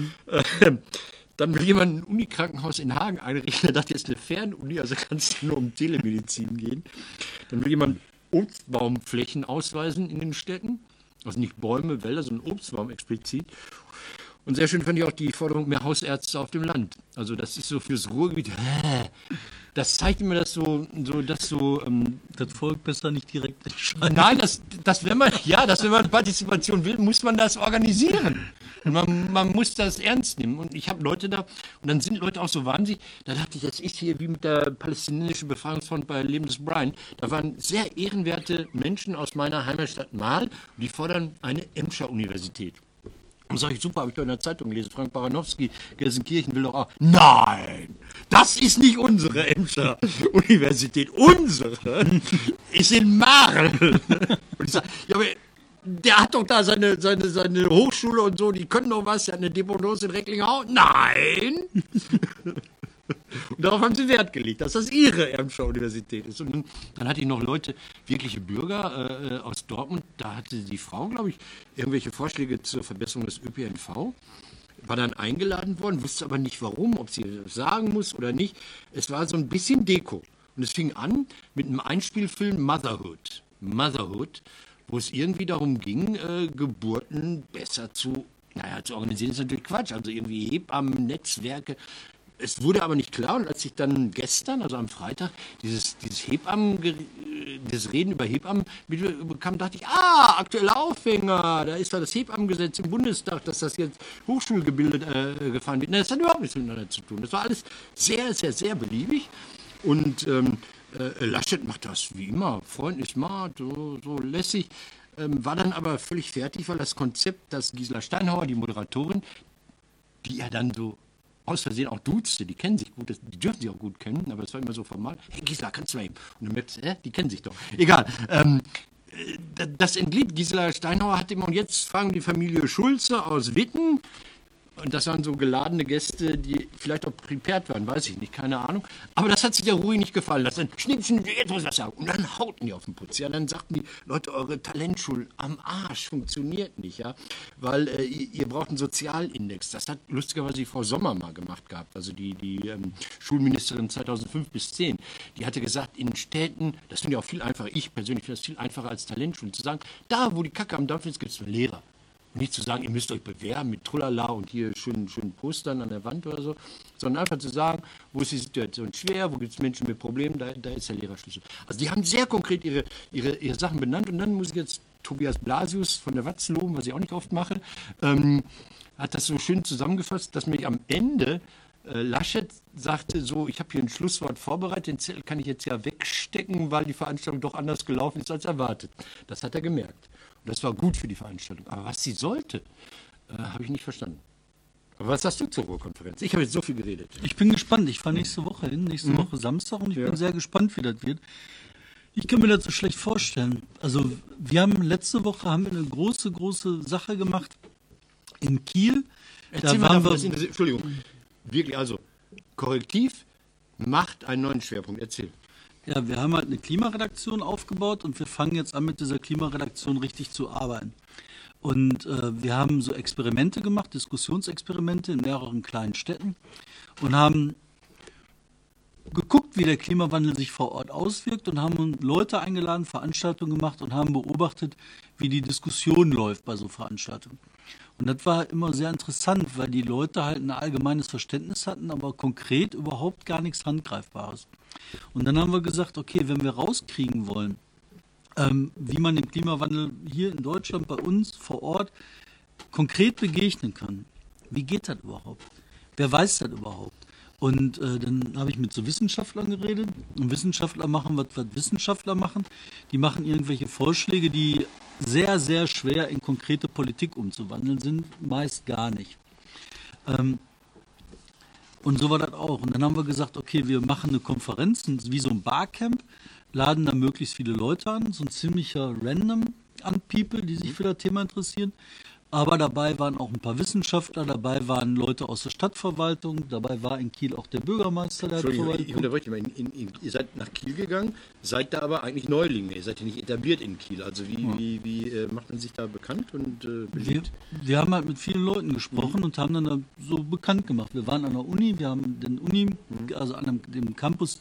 Dann will jemand ein Unikrankenhaus in Hagen einrichten, der dachte, jetzt eine Fernuni, also kann es nur um Telemedizin gehen. Dann will jemand Obstbaumflächen ausweisen in den Städten, also nicht Bäume, Wälder, sondern Obstbaum explizit. Und sehr schön fand ich auch die Forderung, mehr Hausärzte auf dem Land. Also das ist so fürs Ruhrgebiet. Das zeigt immer, dass das Volk besser nicht direkt entscheiden. Nein, wenn man Partizipation will, muss man das organisieren. Und man muss das ernst nehmen. Und ich habe Leute da, und dann sind Leute auch so wahnsinnig, da dachte ich, das ist hier wie mit der palästinensischen Befreiungsfront bei Leben des Brian. Da waren sehr ehrenwerte Menschen aus meiner Heimatstadt Marl, und die fordern eine Emscher Universität. Und sage ich, super, habe ich doch in der Zeitung gelesen, Frank Baranowski, Gelsenkirchen will doch auch. Nein, das ist nicht unsere Emscher Universität. Unsere ist in Marl. Und ich sage, ja, aber der hat doch da seine Hochschule und so, die können doch was, der hat eine Dependance in Recklinghausen. Nein! Und darauf haben sie Wert gelegt, dass das ihre Emscher Universität ist. Und dann hatte ich noch Leute, wirkliche Bürger aus Dortmund, da hatte die Frau, glaube ich, irgendwelche Vorschläge zur Verbesserung des ÖPNV, war dann eingeladen worden, wusste aber nicht warum, ob sie das sagen muss oder nicht. Es war so ein bisschen Deko. Und es fing an mit einem Einspielfilm Motherhood, wo es irgendwie darum ging, Geburten besser zu organisieren, ist natürlich Quatsch, also irgendwie Hebammen, Netzwerke. Es wurde aber nicht klar, und als ich dann gestern, also am Freitag, dieses Reden über Hebammen bekam, dachte ich, aktueller Aufhänger, da ist da das Hebammengesetz im Bundestag, dass das jetzt hochschulgebildet gefahren wird. Nein, das hat überhaupt nichts miteinander zu tun. Das war alles sehr, sehr, sehr beliebig. Und Laschet macht das wie immer, freundlich, smart, so lässig, war dann aber völlig fertig, weil das Konzept, das Gisela Steinhauer, die Moderatorin, die er dann so aus Versehen auch duzte, die kennen sich gut, die dürfen sich auch gut kennen, aber es war immer so formal. Hey Gisela, kannst du mal eben? Und dann merkst du, die kennen sich doch. Egal. Das entglied Gisela Steinhauer hat immer, und jetzt fragen die Familie Schulze aus Witten, Und das waren so geladene Gäste, die vielleicht auch prepared waren, weiß ich nicht, keine Ahnung. Aber das hat sich der Rui nicht gefallen lassen. Schnippchen, jetzt muss ich was sagen. Und dann hauten die auf den Putz. Ja, dann sagten die, Leute, eure Talentschule am Arsch funktioniert nicht, ja. Weil ihr braucht einen Sozialindex. Das hat lustigerweise die Frau Sommer mal gemacht gehabt, also die Schulministerin 2005 bis 10. Die hatte gesagt, in Städten, das finde ich auch viel einfacher, ich persönlich finde das viel einfacher als Talentschulen, zu sagen, da wo die Kacke am Dampfen ist, gibt es einen Lehrer. Nicht zu sagen, ihr müsst euch bewerben mit Trulala und hier schönen Postern an der Wand oder so, sondern einfach zu sagen, wo ist die Situation schwer, wo gibt es Menschen mit Problemen, da ist der Lehrerschlüssel. Also die haben sehr konkret ihre Sachen benannt und dann muss ich jetzt Tobias Blasius von der Watz loben, was ich auch nicht oft mache, hat das so schön zusammengefasst, dass mich am Ende Laschet sagte so, ich habe hier ein Schlusswort vorbereitet, den Zettel kann ich jetzt ja wegstecken, weil die Veranstaltung doch anders gelaufen ist als erwartet. Das hat er gemerkt. Und das war gut für die Veranstaltung. Aber was sie sollte, habe ich nicht verstanden. Aber was sagst du zur Ruhrkonferenz? Ich habe jetzt so viel geredet. Ich bin gespannt. Ich fahre nächste Woche hin, nächste Woche Samstag, und ich bin sehr gespannt, wie das wird. Ich kann mir das so schlecht vorstellen. Also letzte Woche haben wir eine große Sache gemacht in Kiel. Erzähl mal davon, Entschuldigung. Wirklich, also Korrektiv macht einen neuen Schwerpunkt. Erzähl. Ja, wir haben halt eine Klimaredaktion aufgebaut und wir fangen jetzt an, mit dieser Klimaredaktion richtig zu arbeiten. Und wir haben so Experimente gemacht, Diskussionsexperimente in mehreren kleinen Städten und haben geguckt, wie der Klimawandel sich vor Ort auswirkt und haben Leute eingeladen, Veranstaltungen gemacht und haben beobachtet, wie die Diskussion läuft bei so Veranstaltungen. Und das war immer sehr interessant, weil die Leute halt ein allgemeines Verständnis hatten, aber konkret überhaupt gar nichts Handgreifbares. Und dann haben wir gesagt, okay, wenn wir rauskriegen wollen, wie man dem Klimawandel hier in Deutschland bei uns vor Ort konkret begegnen kann, wie geht das überhaupt? Wer weiß das überhaupt? Und dann habe ich mit so Wissenschaftlern geredet. Und Wissenschaftler machen, was Wissenschaftler machen. Die machen irgendwelche Vorschläge, die sehr, sehr schwer in konkrete Politik umzuwandeln sind. Meist gar nicht. Und so war das auch. Und dann haben wir gesagt, okay, wir machen eine Konferenz, wie so ein Barcamp, laden da möglichst viele Leute an. So ein ziemlicher Random an People, die sich für das Thema interessieren. Aber dabei waren auch ein paar Wissenschaftler, dabei waren Leute aus der Stadtverwaltung, dabei war in Kiel auch der Bürgermeister der Verwaltung. Ich unterbreche mal. Ihr seid nach Kiel gegangen, seid da aber eigentlich Neulinge, ihr seid ja nicht etabliert in Kiel. Also wie macht man sich da bekannt und beliebt? Wir haben halt mit vielen Leuten gesprochen und haben dann da so bekannt gemacht. Wir waren an der Uni, wir haben den also an dem Campus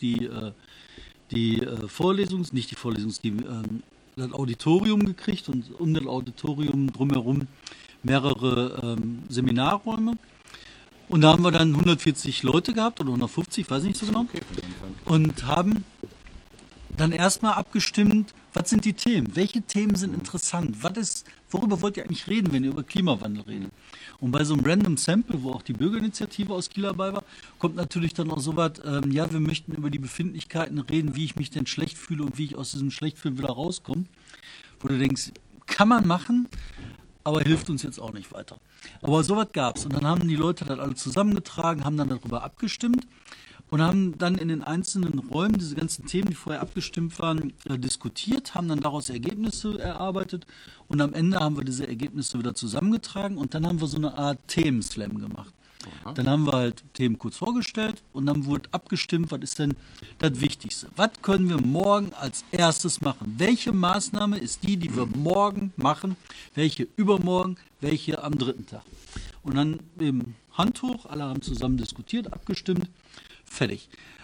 das Auditorium gekriegt und um das Auditorium drumherum mehrere Seminarräume. Und da haben wir dann 140 Leute gehabt oder 150, weiß ich nicht so genau. Und haben dann erstmal abgestimmt, was sind die Themen? Welche Themen sind interessant? Worüber wollt ihr eigentlich reden, wenn ihr über Klimawandel redet? Und bei so einem Random Sample, wo auch die Bürgerinitiative aus Kiel dabei war, kommt natürlich dann auch so was, ja, wir möchten über die Befindlichkeiten reden, wie ich mich denn schlecht fühle und wie ich aus diesem Schlechtfühlen wieder rauskomme. Wo du denkst, kann man machen, aber hilft uns jetzt auch nicht weiter. Aber sowas gab es. Und dann haben die Leute das alle zusammengetragen, haben dann darüber abgestimmt und haben dann in den einzelnen Räumen diese ganzen Themen, die vorher abgestimmt waren, diskutiert, haben dann daraus Ergebnisse erarbeitet und am Ende haben wir diese Ergebnisse wieder zusammengetragen und dann haben wir so eine Art Themenslam gemacht. Aha. Dann haben wir halt Themen kurz vorgestellt und dann wurde abgestimmt, was ist denn das Wichtigste? Was können wir morgen als erstes machen? Welche Maßnahme ist die wir morgen machen? Welche übermorgen? Welche am dritten Tag? Und dann eben Hand hoch, alle haben zusammen diskutiert, abgestimmt, fertig.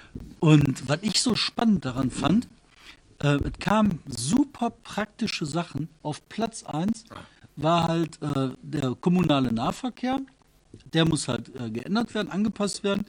Und was ich so spannend daran fand, es kamen super praktische Sachen. Auf Platz 1 war halt der kommunale Nahverkehr. Der muss halt geändert werden, angepasst werden.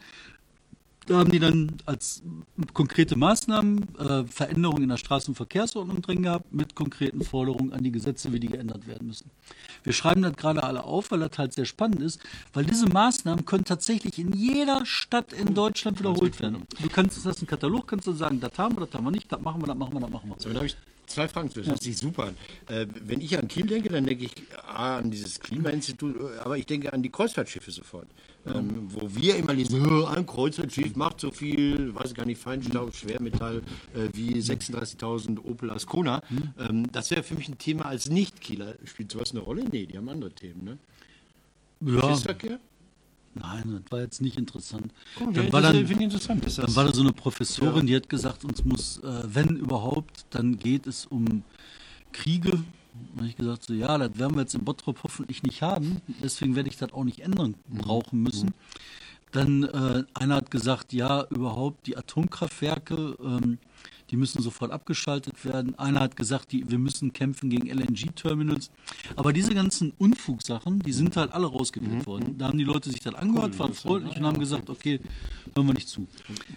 Da haben die dann als konkrete Maßnahmen Veränderungen in der Straßenverkehrsordnung drin gehabt, mit konkreten Forderungen an die Gesetze, wie die geändert werden müssen. Wir schreiben das gerade alle auf, weil das halt sehr spannend ist, weil diese Maßnahmen können tatsächlich in jeder Stadt in Deutschland wiederholt werden. Du hast einen Katalog, kannst du sagen, das haben wir nicht, das machen wir, das machen wir, das machen wir. So, dann habe ich 2 Fragen zu. Das hört sich super an. Wenn ich an Kiel denke, dann denke ich an dieses Klimainstitut, aber ich denke an die Kreuzfahrtschiffe sofort. Wo wir immer lesen, ein Kreuzfahrtschiff macht so viel, weiß gar nicht, Feinstaub, Schwermetall wie 36.000 Opel Ascona. Das wäre für mich ein Thema als Nicht-Kieler. Spielt sowas eine Rolle? Nee, die haben andere Themen, ne? Ja. Schiffsverkehr? Nein, das war jetzt nicht interessant. Oh, Dann ja, war das dann, finde ich interessant. Ist dann das, war da so eine Professorin, die hat gesagt, uns muss, wenn überhaupt, dann geht es um Kriege. Und ich gesagt, so, ja, das werden wir jetzt in Bottrop hoffentlich nicht haben. Deswegen werde ich das auch nicht ändern brauchen müssen. Dann einer hat gesagt, ja, überhaupt die Atomkraftwerke, die müssen sofort abgeschaltet werden. Einer hat gesagt, wir müssen kämpfen gegen LNG-Terminals. Aber diese ganzen Unfugsachen, die sind halt alle rausgewählt worden. Da haben die Leute sich dann angehört, waren freundlich und haben gesagt, okay, hören wir nicht zu.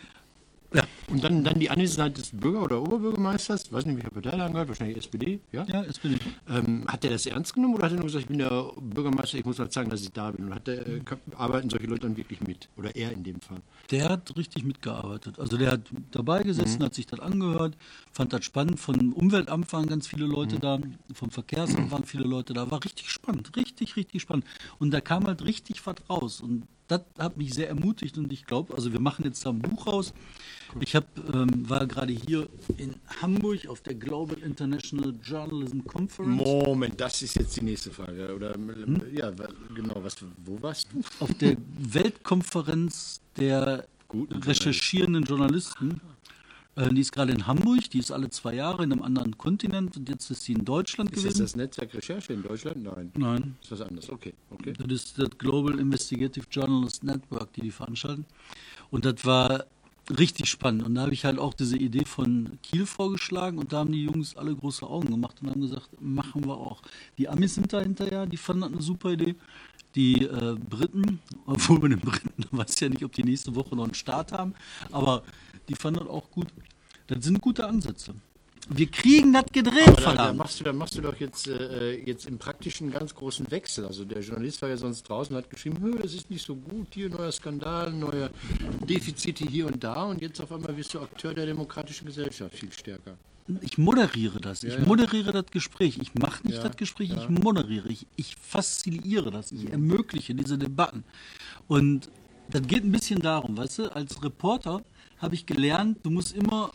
Ja. Und dann die Anwesenheit des Bürger- oder Oberbürgermeisters, weiß nicht, welcher Partei er angehört, wahrscheinlich SPD, ja? Ja, jetzt bin ich. Hat der das ernst genommen oder hat er nur gesagt, ich bin der Bürgermeister, ich muss halt sagen, dass ich da bin? Und arbeiten solche Leute dann wirklich mit? Oder er in dem Fall? Der hat richtig mitgearbeitet. Also der hat dabei gesessen, hat sich das angehört, fand das spannend. Vom Umweltamt waren ganz viele Leute da, vom Verkehrsamt waren viele Leute da. War richtig spannend, richtig, richtig spannend. Und da kam halt richtig was raus. Und das hat mich sehr ermutigt und ich glaube, also wir machen jetzt da ein Buch raus. Ich war gerade hier in Hamburg auf der Global International Journalism Conference. Moment, das ist jetzt die nächste Frage. Oder, ja, genau, wo warst du? Auf der Weltkonferenz der recherchierenden Journalisten. Die ist gerade in Hamburg, die ist alle 2 Jahre in einem anderen Kontinent und jetzt ist sie in Deutschland gewesen. Ist das Netzwerk Recherche in Deutschland? Nein. Nein. Ist was anderes, okay. Das ist das Global Investigative Journalist Network, die veranstalten. Und das war richtig spannend. Und da habe ich halt auch diese Idee von Kiel vorgeschlagen und da haben die Jungs alle große Augen gemacht und haben gesagt, machen wir auch. Die Amis sind da hinterher, die fanden das eine super Idee. Die Briten, obwohl bei den Briten, weiß ja nicht, ob die nächste Woche noch einen Start haben, aber die fanden das auch gut. Das sind gute Ansätze. Wir kriegen das gedreht, verdammt. Da machst du doch jetzt im Praktischen einen ganz großen Wechsel. Also der Journalist war ja sonst draußen und hat geschrieben, das ist nicht so gut, hier neuer Skandal, neue Defizite hier und da und jetzt auf einmal bist du Akteur der demokratischen Gesellschaft viel stärker. Ich moderiere das. Ich moderiere das Gespräch. Ich mache nicht das Gespräch, ich moderiere. Ich fasziliere das. Ich ermögliche diese Debatten. Und das geht ein bisschen darum, weißt du, als Reporter habe ich gelernt, du musst immer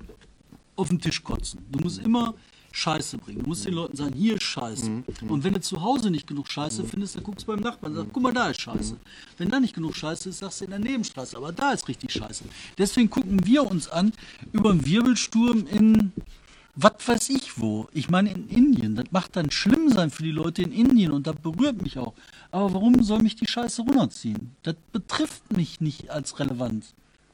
auf den Tisch kotzen. Du musst immer Scheiße bringen. Du musst den Leuten sagen, hier ist Scheiße. Und wenn du zu Hause nicht genug Scheiße findest, dann guckst du beim Nachbarn und sagst, guck mal, da ist Scheiße. Wenn da nicht genug Scheiße ist, sagst du in der Nebenstraße, aber da ist richtig Scheiße. Deswegen gucken wir uns an über einen Wirbelsturm in was weiß ich wo. Ich meine in Indien. Das macht dann schlimm sein für die Leute in Indien und das berührt mich auch. Aber warum soll mich die Scheiße runterziehen? Das betrifft mich nicht als Relevanz.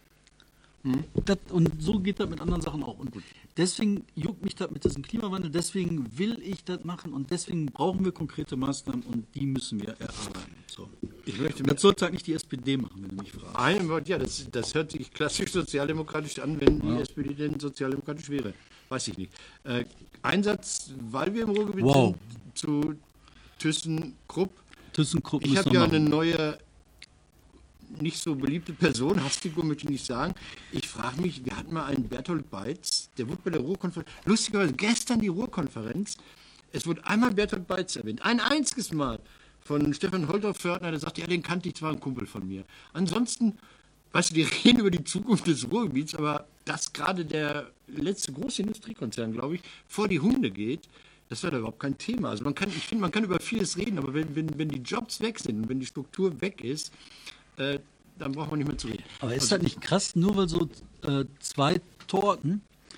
Und so geht das mit anderen Sachen auch. Und deswegen juckt mich das mit diesem Klimawandel, deswegen will ich das machen und deswegen brauchen wir konkrete Maßnahmen und die müssen wir erarbeiten. So. Das sollte halt nicht die SPD machen, wenn du mich fragst. Ein Wort, ja, das hört sich klassisch sozialdemokratisch an, wenn die SPD denn sozialdemokratisch wäre. Weiß ich nicht. Einsatz, weil wir im Ruhrgebiet sind, zu ThyssenKrupp. Ich habe ja eine neue, nicht so beliebte Person, Hassfigur möchte ich nicht sagen. Ich frage mich, wir hatten mal einen Bertolt Beitz, der wurde bei der Ruhrkonferenz, lustigerweise gestern die Ruhrkonferenz, es wurde einmal Bertolt Beitz erwähnt, ein einziges Mal von Stefan Holter-Fördner, der sagte, ja, den kannte ich, zwar ein Kumpel von mir. Ansonsten, weißt du, die reden über die Zukunft des Ruhrgebiets, aber dass gerade der letzte große Industriekonzern, glaube ich, vor die Hunde geht, das war da überhaupt kein Thema. Also ich finde, man kann über vieles reden, aber wenn die Jobs weg sind und wenn die Struktur weg ist, dann braucht man nicht mehr zu reden. Aber ist das nicht krass, nur weil so 2 Torten,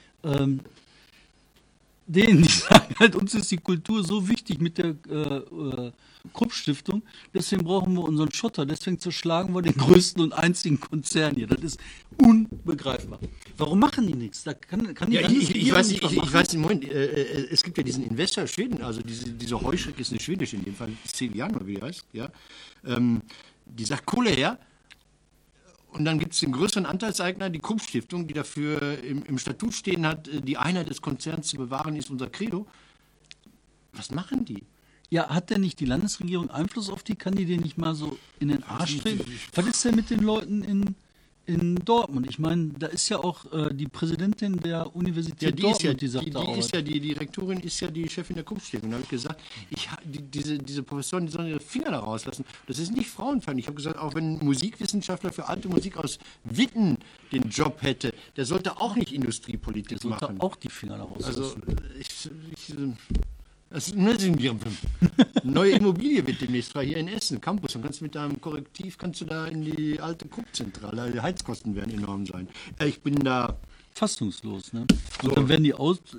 die sagen halt, uns ist die Kultur so wichtig mit der Krupp-Stiftung, deswegen brauchen wir unseren Schotter, deswegen zerschlagen wir den größten und einzigen Konzern hier. Das ist unbegreifbar. Warum machen die nichts? Da kann die ich weiß nicht, Moment, es gibt ja diesen Investor Schweden, also diese Heuschreck ist eine schwedische in dem Fall, Ceviano, wie die heißt, ja, die sagt Kohle her und dann gibt es den größeren Anteilseigner, die Krupp-Stiftung, die dafür im Statut stehen hat, die Einheit des Konzerns zu bewahren, ist unser Credo. Was machen die? Ja, hat denn nicht die Landesregierung Einfluss auf die? Kann die den nicht mal so in den Arsch treten? Was ist denn mit den Leuten in Dortmund? Ich meine, da ist ja auch die Präsidentin der Universität Dortmund, die sagt die Rektorin ist ja die Chefin der Krupp-Stiftung. Da habe ich gesagt, diese Professoren, die sollen ihre Finger da rauslassen. Das ist nicht frauenfeindlich. Ich habe gesagt, auch wenn ein Musikwissenschaftler für alte Musik aus Witten den Job hätte, der sollte auch nicht Industriepolitik machen. Der sollte auch die Finger da rauslassen. Also, Neue Immobilie wird demnächst frei hier in Essen, Campus. Dann kannst du mit deinem Korrektiv da in die alte Kruppzentrale. Die Heizkosten werden enorm sein. Ich bin da fassungslos, ne? Und dann werden die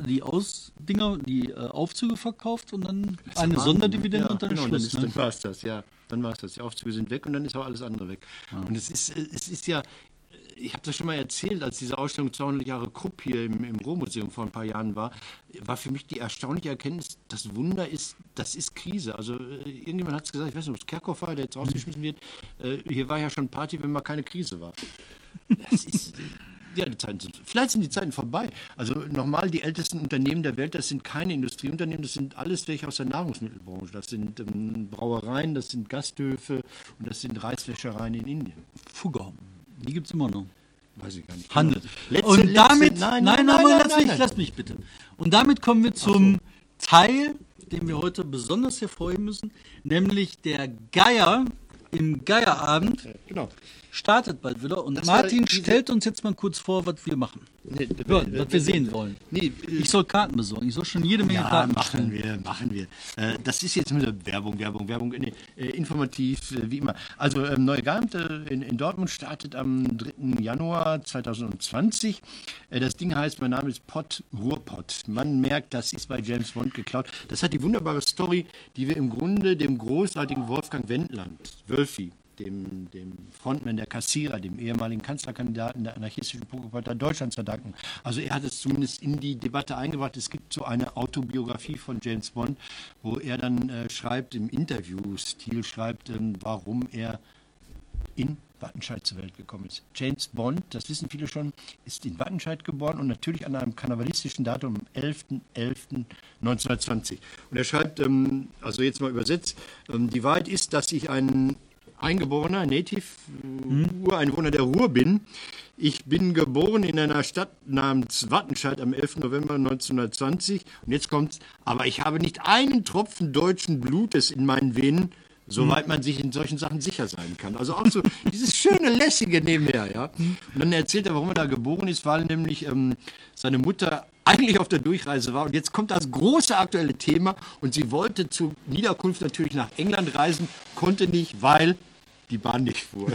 Aufzüge verkauft und dann eine Sonderdividende und dann ist Schluss. Dann war es das, ja. Dann war es das. Die Aufzüge sind weg und dann ist auch alles andere weg. Ja. Und es ist ja, ich habe das schon mal erzählt, als diese Ausstellung 200 Jahre Krupp hier im Ruhrmuseum vor ein paar Jahren war für mich die erstaunliche Erkenntnis, das Wunder ist, das ist Krise. Also irgendjemand hat es gesagt, ich weiß nicht, ob es Kerkhoff war, der jetzt rausgeschmissen wird, hier war ja schon Party, wenn mal keine Krise war. Das ist... Ja, vielleicht sind die Zeiten vorbei. Also nochmal, die ältesten Unternehmen der Welt, das sind keine Industrieunternehmen, das sind alles welche aus der Nahrungsmittelbranche. Das sind Brauereien, das sind Gasthöfe und das sind Reiswäschereien in Indien. Fugger, die gibt es immer noch. Weiß ich gar nicht. Handel. Und damit, lass mich bitte. Und damit kommen wir zum Teil, den wir heute besonders hervorheben müssen, nämlich der Geier im Geierabend. Genau. Startet bald wieder und das Martin stellt uns jetzt mal kurz vor, was wir machen. Was wir sehen wollen. Ich soll Karten besorgen. Ich soll schon jede Menge Karten machen wir. Das ist jetzt wieder Werbung. Informativ, wie immer. Also Neue Geieramt in Dortmund startet am 3. Januar 2020. Das Ding heißt, mein Name ist Ruhrpott. Man merkt, das ist bei James Bond geklaut. Das hat die wunderbare Story, die wir im Grunde dem großartigen Wolfgang Wendland, Wölfi, dem Frontmann der Kassierer, dem ehemaligen Kanzlerkandidaten der anarchistischen Pokerpartei Deutschlands verdanken. Also er hat es zumindest in die Debatte eingebracht. Es gibt so eine Autobiografie von James Bond, wo er dann schreibt, im Interviewstil schreibt, warum er in Wattenscheid zur Welt gekommen ist. James Bond, das wissen viele schon, ist in Wattenscheid geboren und natürlich an einem karnevalistischen Datum am 11.11.1920. Und er schreibt, also jetzt mal übersetzt, die Wahrheit ist, dass ich ein Eingeborener, Ureinwohner der Ruhr bin. Ich bin geboren in einer Stadt namens Wattenscheid am 11. November 1920. Und jetzt kommt's, aber ich habe nicht einen Tropfen deutschen Blutes in meinen Venen, soweit man sich in solchen Sachen sicher sein kann. Also auch so dieses schöne Lässige nebenher, ja. Und dann erzählt er, warum er da geboren ist, weil nämlich seine Mutter eigentlich auf der Durchreise war. Und jetzt kommt das große aktuelle Thema und sie wollte zur Niederkunft natürlich nach England reisen, konnte nicht, weil die Bahn nicht fuhr.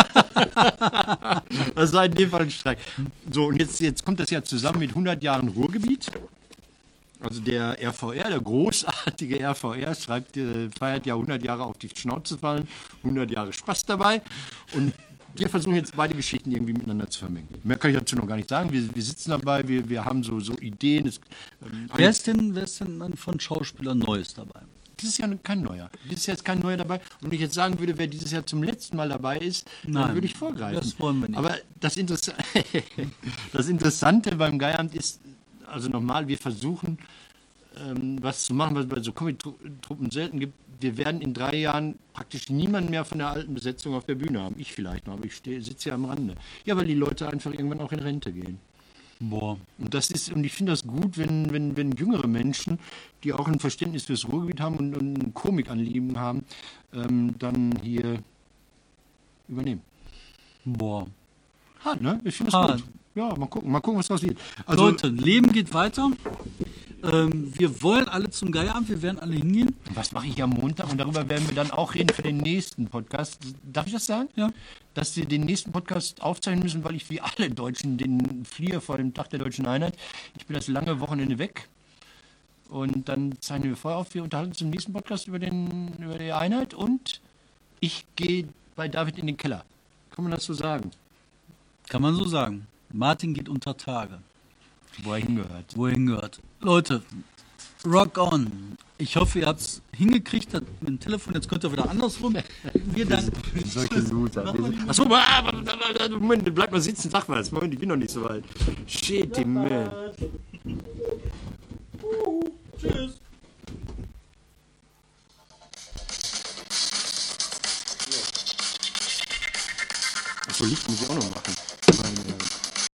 Das war in dem Fall ein Streik. So, und jetzt kommt das ja zusammen mit 100 Jahren Ruhrgebiet. Also der RVR, der großartige RVR, feiert ja 100 Jahre auf die Schnauze fallen, 100 Jahre Spaß dabei. Und wir versuchen jetzt beide Geschichten irgendwie miteinander zu vermengen. Mehr kann ich dazu noch gar nicht sagen. Wir sitzen dabei, wir haben so Ideen. Wer ist denn von Schauspielern Neues dabei? Dieses Jahr kein Neuer. Dieses Jahr ist kein Neuer dabei. Und wenn ich jetzt sagen würde, wer dieses Jahr zum letzten Mal dabei ist, dann würde ich vorgreifen. Das wollen wir nicht. Aber das Interessante beim Geieramt ist, also nochmal, wir versuchen, was zu machen, was es bei so Comedy-Truppen selten gibt. Wir werden in 3 Jahren praktisch niemanden mehr von der alten Besetzung auf der Bühne haben. Ich vielleicht noch, aber ich sitze hier am Rande. Ja, weil die Leute einfach irgendwann auch in Rente gehen. Boah. Und ich finde das gut, wenn jüngere Menschen, die auch ein Verständnis fürs Ruhrgebiet haben und ein Komikanliegen haben, dann hier übernehmen. Boah. Hart, ne? Ich finde das gut. Ja, mal gucken, was passiert. Also, Leute, Leben geht weiter. Wir wollen alle zum Geierabend, wir werden alle hingehen. Was mache ich am Montag? Und darüber werden wir dann auch reden für den nächsten Podcast. Darf ich das sagen? Ja. Dass wir den nächsten Podcast aufzeichnen müssen, weil ich wie alle Deutschen den fliehe vor dem Tag der Deutschen Einheit. Ich bin das lange Wochenende weg. Und dann zeichnen wir vorher auf. Wir unterhalten uns im nächsten Podcast über die Einheit. Und ich gehe bei David in den Keller. Kann man das so sagen? Kann man so sagen. Martin geht unter Tage. Wo er hingehört. Leute, rock on. Ich hoffe, ihr habt es hingekriegt mit dem Telefon. Jetzt könnt ihr wieder andersrum. Wir danken. Solche Loser. Achso, Moment, bleib mal sitzen, sag mal. Moment, ich bin noch nicht so weit. Shit, man. Tschüss. Achso, Licht muss ich auch noch machen.